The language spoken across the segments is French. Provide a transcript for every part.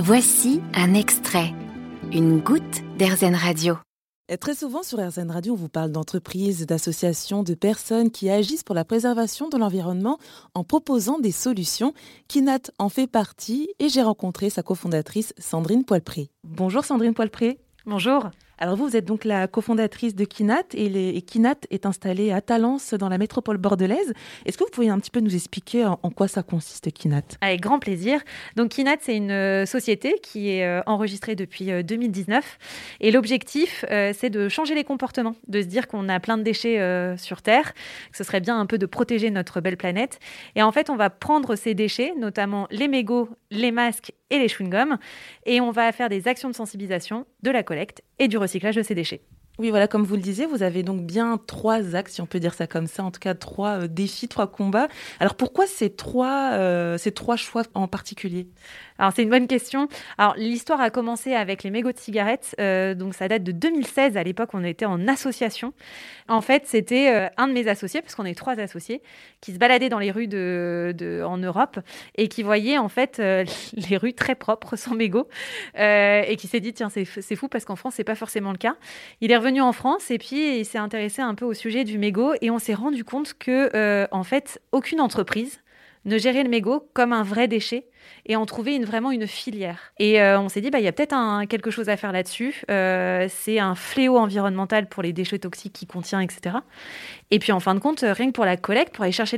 Voici un extrait, une goutte d'Airzen Radio. Et très souvent sur Airzen Radio, on vous parle d'entreprises, d'associations, de personnes qui agissent pour la préservation de l'environnement en proposant des solutions. Kinat en fait partie et j'ai rencontré sa cofondatrice Sandrine Poilpré. Bonjour Sandrine Poilpré. Bonjour. Alors vous êtes donc la cofondatrice de Kinat et Kinat est installé à Talence dans la métropole bordelaise. Est-ce que vous pouvez un petit peu nous expliquer en quoi ça consiste Kinat ? Avec grand plaisir. Donc Kinat, c'est une société qui est enregistrée depuis 2019 et l'objectif, c'est de changer les comportements, de se dire qu'on a plein de déchets sur Terre, que ce serait bien un peu de protéger notre belle planète. Et en fait, on va prendre ces déchets, notamment les mégots, les masques et les chewing-gums, et on va faire des actions de sensibilisation, de la collecte et du recyclage de ces déchets. Oui, voilà, comme vous le disiez, vous avez donc bien 3 axes, si on peut dire ça comme ça, en tout cas 3 défis, 3 combats. Alors pourquoi ces trois choix en particulier ? Alors c'est une bonne question. Alors l'histoire a commencé avec les mégots de cigarettes, donc ça date de 2016. À l'époque, on était en association. En fait, c'était un de mes associés, parce qu'on est 3 associés, qui se baladaient dans les rues en Europe et qui voyait en fait les rues très propres, sans mégots, et qui s'est dit tiens c'est fou parce qu'en France c'est pas forcément le cas. Il est revenu en France et puis il s'est intéressé un peu au sujet du mégot et on s'est rendu compte que en fait aucune entreprise ne gérer le mégot comme un vrai déchet et en trouver vraiment une filière. Et on s'est dit, il y a peut-être quelque chose à faire là-dessus. C'est un fléau environnemental pour les déchets toxiques qu'il contient, etc. Et puis en fin de compte, rien que pour la collecte, pour aller chercher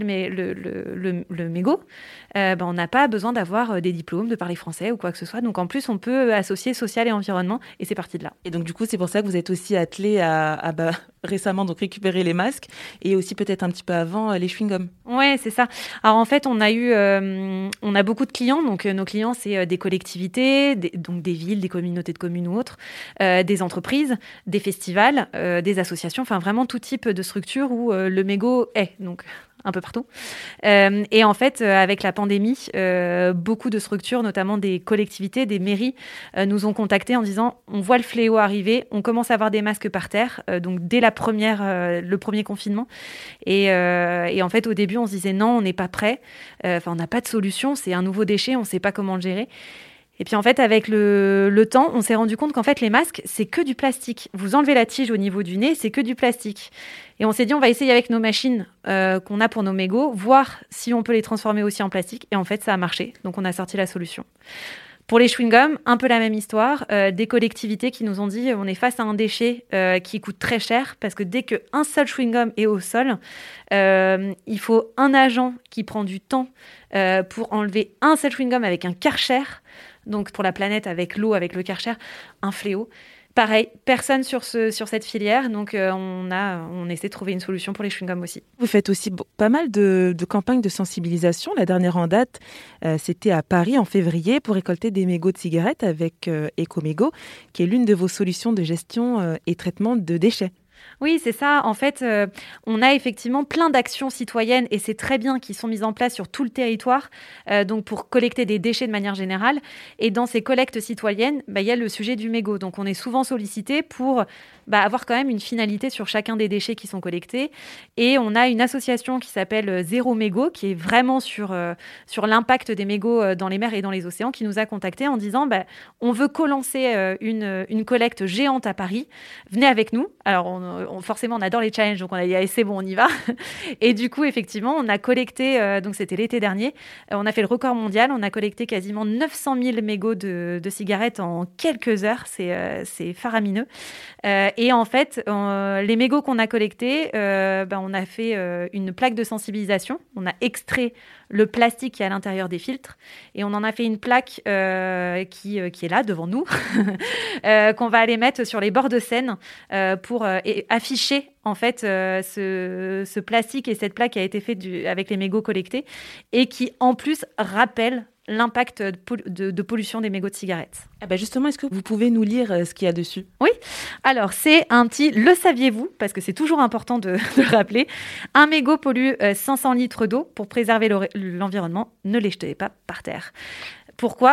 le mégot, on n'a pas besoin d'avoir des diplômes, de parler français ou quoi que ce soit. Donc en plus, on peut associer social et environnement et c'est parti de là. Et donc du coup, c'est pour ça que vous êtes aussi attelé à récemment donc récupérer les masques et aussi peut-être un petit peu avant les chewing-gums. Ouais, c'est ça. Alors en fait, on a beaucoup de clients. Donc nos clients, c'est des collectivités, donc des villes, des communautés de communes ou autres, des entreprises, des festivals, des associations, enfin vraiment tout type de structure où le mégot est. Donc un peu partout. Et en fait, avec la pandémie, beaucoup de structures, notamment des collectivités, des mairies, nous ont contactés en disant on voit le fléau arriver, on commence à avoir des masques par terre, donc dès le premier confinement. Et en fait, au début, on se disait non, on n'est pas prêt, on n'a pas de solution, c'est un nouveau déchet, on ne sait pas comment le gérer. Et puis en fait, avec le temps, on s'est rendu compte qu'en fait, les masques, c'est que du plastique. Vous enlevez la tige au niveau du nez, c'est que du plastique. Et on s'est dit, on va essayer avec nos machines qu'on a pour nos mégots, voir si on peut les transformer aussi en plastique. Et en fait, ça a marché. Donc, on a sorti la solution. Pour les chewing-gums, un peu la même histoire. Des collectivités qui nous ont dit, on est face à un déchet qui coûte très cher parce que dès qu'un seul chewing-gum est au sol, il faut un agent qui prend du temps pour enlever un seul chewing-gum avec un Karcher. Donc pour la planète, avec l'eau, avec le Karcher, un fléau. Pareil, personne sur cette filière, donc on essaie de trouver une solution pour les chewing-gums aussi. Vous faites aussi pas mal de campagnes de sensibilisation. La dernière en date, c'était à Paris en février pour récolter des mégots de cigarettes avec Ecomégo, qui est l'une de vos solutions de gestion et traitement de déchets. Oui, c'est ça. En fait, on a effectivement plein d'actions citoyennes et c'est très bien qui sont mises en place sur tout le territoire donc pour collecter des déchets de manière générale. Et dans ces collectes citoyennes, il y a le sujet du mégot. Donc, on est souvent sollicité pour avoir quand même une finalité sur chacun des déchets qui sont collectés. Et on a une association qui s'appelle Zéro Mégot, qui est vraiment sur l'impact des mégots dans les mers et dans les océans, qui nous a contactés en disant on veut co-lancer une collecte géante à Paris. Venez avec nous. Alors, forcément, on adore les challenges, donc on a dit allez, c'est bon, on y va. Et du coup, effectivement, on a collecté, donc c'était l'été dernier, on a fait le record mondial, on a collecté quasiment 900 000 mégots de cigarettes en quelques heures, c'est faramineux. Et en fait, les mégots qu'on a collectés, on a fait une plaque de sensibilisation, on a extrait le plastique qui est à l'intérieur des filtres et on en a fait une plaque qui est là devant nous, qu'on va aller mettre sur les bords de Seine pour afficher en fait ce plastique et cette plaque qui a été faite avec les mégots collectés et qui en plus rappelle l'impact de pollution des mégots de cigarettes. Justement, est-ce que vous pouvez nous lire ce qu'il y a dessus ? Oui, alors c'est un petit « Le saviez-vous » parce que c'est toujours important de le rappeler. Un mégot pollue 500 litres d'eau. Pour préserver l'environnement, ne les jetez pas par terre. Pourquoi ?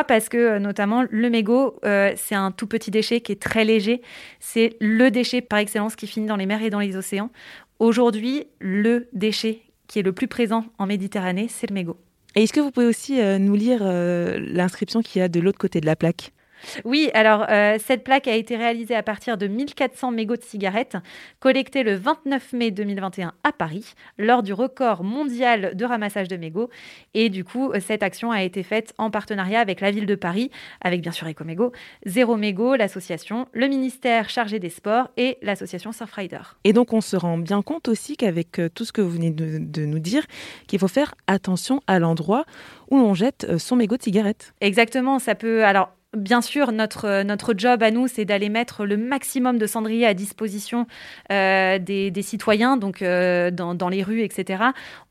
Parce que notamment le mégot, c'est un tout petit déchet qui est très léger. C'est le déchet par excellence qui finit dans les mers et dans les océans. Aujourd'hui, le déchet qui est le plus présent en Méditerranée, c'est le mégot. Et est-ce que vous pouvez aussi nous lire l'inscription qu'il y a de l'autre côté de la plaque ? Oui, alors cette plaque a été réalisée à partir de 1400 mégots de cigarettes collectés le 29 mai 2021 à Paris lors du record mondial de ramassage de mégots. Et du coup, cette action a été faite en partenariat avec la ville de Paris, avec bien sûr Ecomégo, Zéro Mégot, l'association, le ministère chargé des sports et l'association Surfrider. Et donc on se rend bien compte aussi qu'avec tout ce que vous venez de nous dire, qu'il faut faire attention à l'endroit où l'on jette son mégot de cigarette. Exactement, ça peut... Alors, bien sûr, notre job à nous, c'est d'aller mettre le maximum de cendriers à disposition des citoyens, donc dans les rues, etc.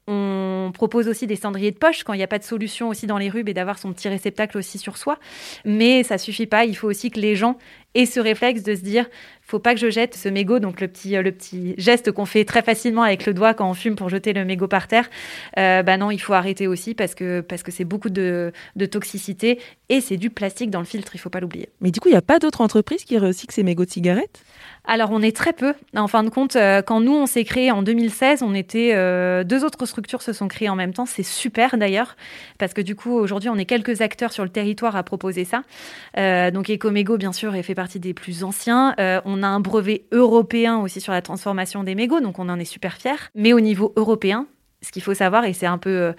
On propose aussi des cendriers de poche quand il n'y a pas de solution aussi dans les rues, et d'avoir son petit réceptacle aussi sur soi. Mais ça suffit pas, il faut aussi que les gens aient ce réflexe de se dire faut pas que je jette ce mégot, donc le petit geste qu'on fait très facilement avec le doigt quand on fume pour jeter le mégot par terre. Non, il faut arrêter aussi parce que c'est beaucoup de toxicité et c'est du plastique dans le filtre, il faut pas l'oublier. Mais du coup, il n'y a pas d'autres entreprises qui recyclent ces mégots de cigarettes ? Alors, on est très peu. En fin de compte, quand nous, on s'est créé en 2016, on était... 2 autres structures se sont créées en même temps. C'est super, d'ailleurs, parce que du coup, aujourd'hui, on est quelques acteurs sur le territoire à proposer ça. Donc, Ecomégo, bien sûr, fait partie des plus anciens. On a un brevet européen aussi sur la transformation des mégots, donc on en est super fiers. Mais au niveau européen, ce qu'il faut savoir, et c'est un peu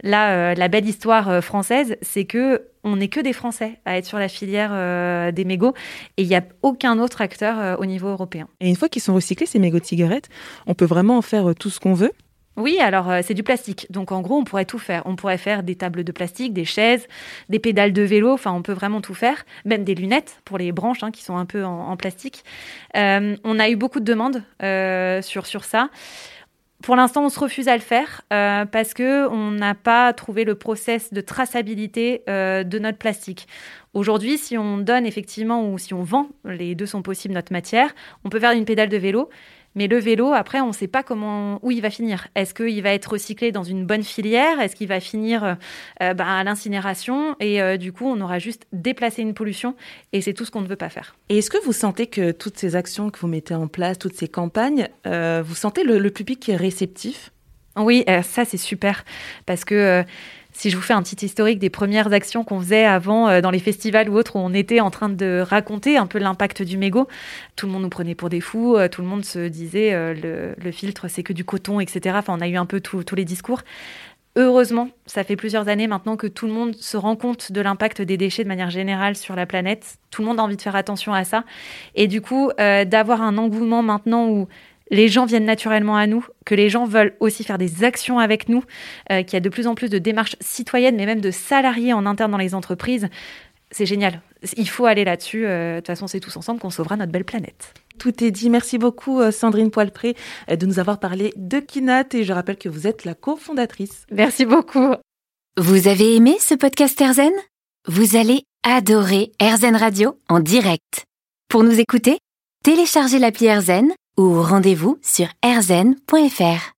la belle histoire française, c'est que on n'est que des Français à être sur la filière des mégots et il n'y a aucun autre acteur au niveau européen. Et une fois qu'ils sont recyclés, ces mégots de cigarettes, on peut vraiment en faire tout ce qu'on veut ? Oui, alors c'est du plastique. Donc en gros, on pourrait tout faire. On pourrait faire des tables de plastique, des chaises, des pédales de vélo. Enfin, on peut vraiment tout faire. Même des lunettes pour les branches qui sont un peu en plastique. On a eu beaucoup de demandes sur ça. Pour l'instant, on se refuse à le faire parce qu'on n'a pas trouvé le process de traçabilité de notre plastique. Aujourd'hui, si on donne effectivement ou si on vend, les deux sont possibles, notre matière, on peut faire une pédale de vélo. Mais le vélo, après, on ne sait pas où il va finir. Est-ce qu'il va être recyclé dans une bonne filière ? Est-ce qu'il va finir à l'incinération ? Et du coup, on aura juste déplacé une pollution et c'est tout ce qu'on ne veut pas faire. Et est-ce que vous sentez que toutes ces actions que vous mettez en place, toutes ces campagnes, vous sentez le public qui est réceptif ? Oui, ça, c'est super parce que... Si je vous fais un petit historique des premières actions qu'on faisait avant dans les festivals ou autres où on était en train de raconter un peu l'impact du mégot, tout le monde nous prenait pour des fous, tout le monde se disait le filtre c'est que du coton, etc. Enfin, on a eu un peu tous les discours. Heureusement, ça fait plusieurs années maintenant que tout le monde se rend compte de l'impact des déchets de manière générale sur la planète. Tout le monde a envie de faire attention à ça. Et du coup, d'avoir un engouement maintenant où les gens viennent naturellement à nous, que les gens veulent aussi faire des actions avec nous, qu'il y a de plus en plus de démarches citoyennes, mais même de salariés en interne dans les entreprises. C'est génial. Il faut aller là-dessus. De toute façon, c'est tous ensemble qu'on sauvera notre belle planète. Tout est dit. Merci beaucoup, Sandrine Poilpré, de nous avoir parlé de Kinat. Et je rappelle que vous êtes la cofondatrice. Merci beaucoup. Vous avez aimé ce podcast AirZen ? Vous allez adorer AirZen Radio en direct. Pour nous écouter, téléchargez l'appli AirZen ou rendez-vous sur airzen.fr.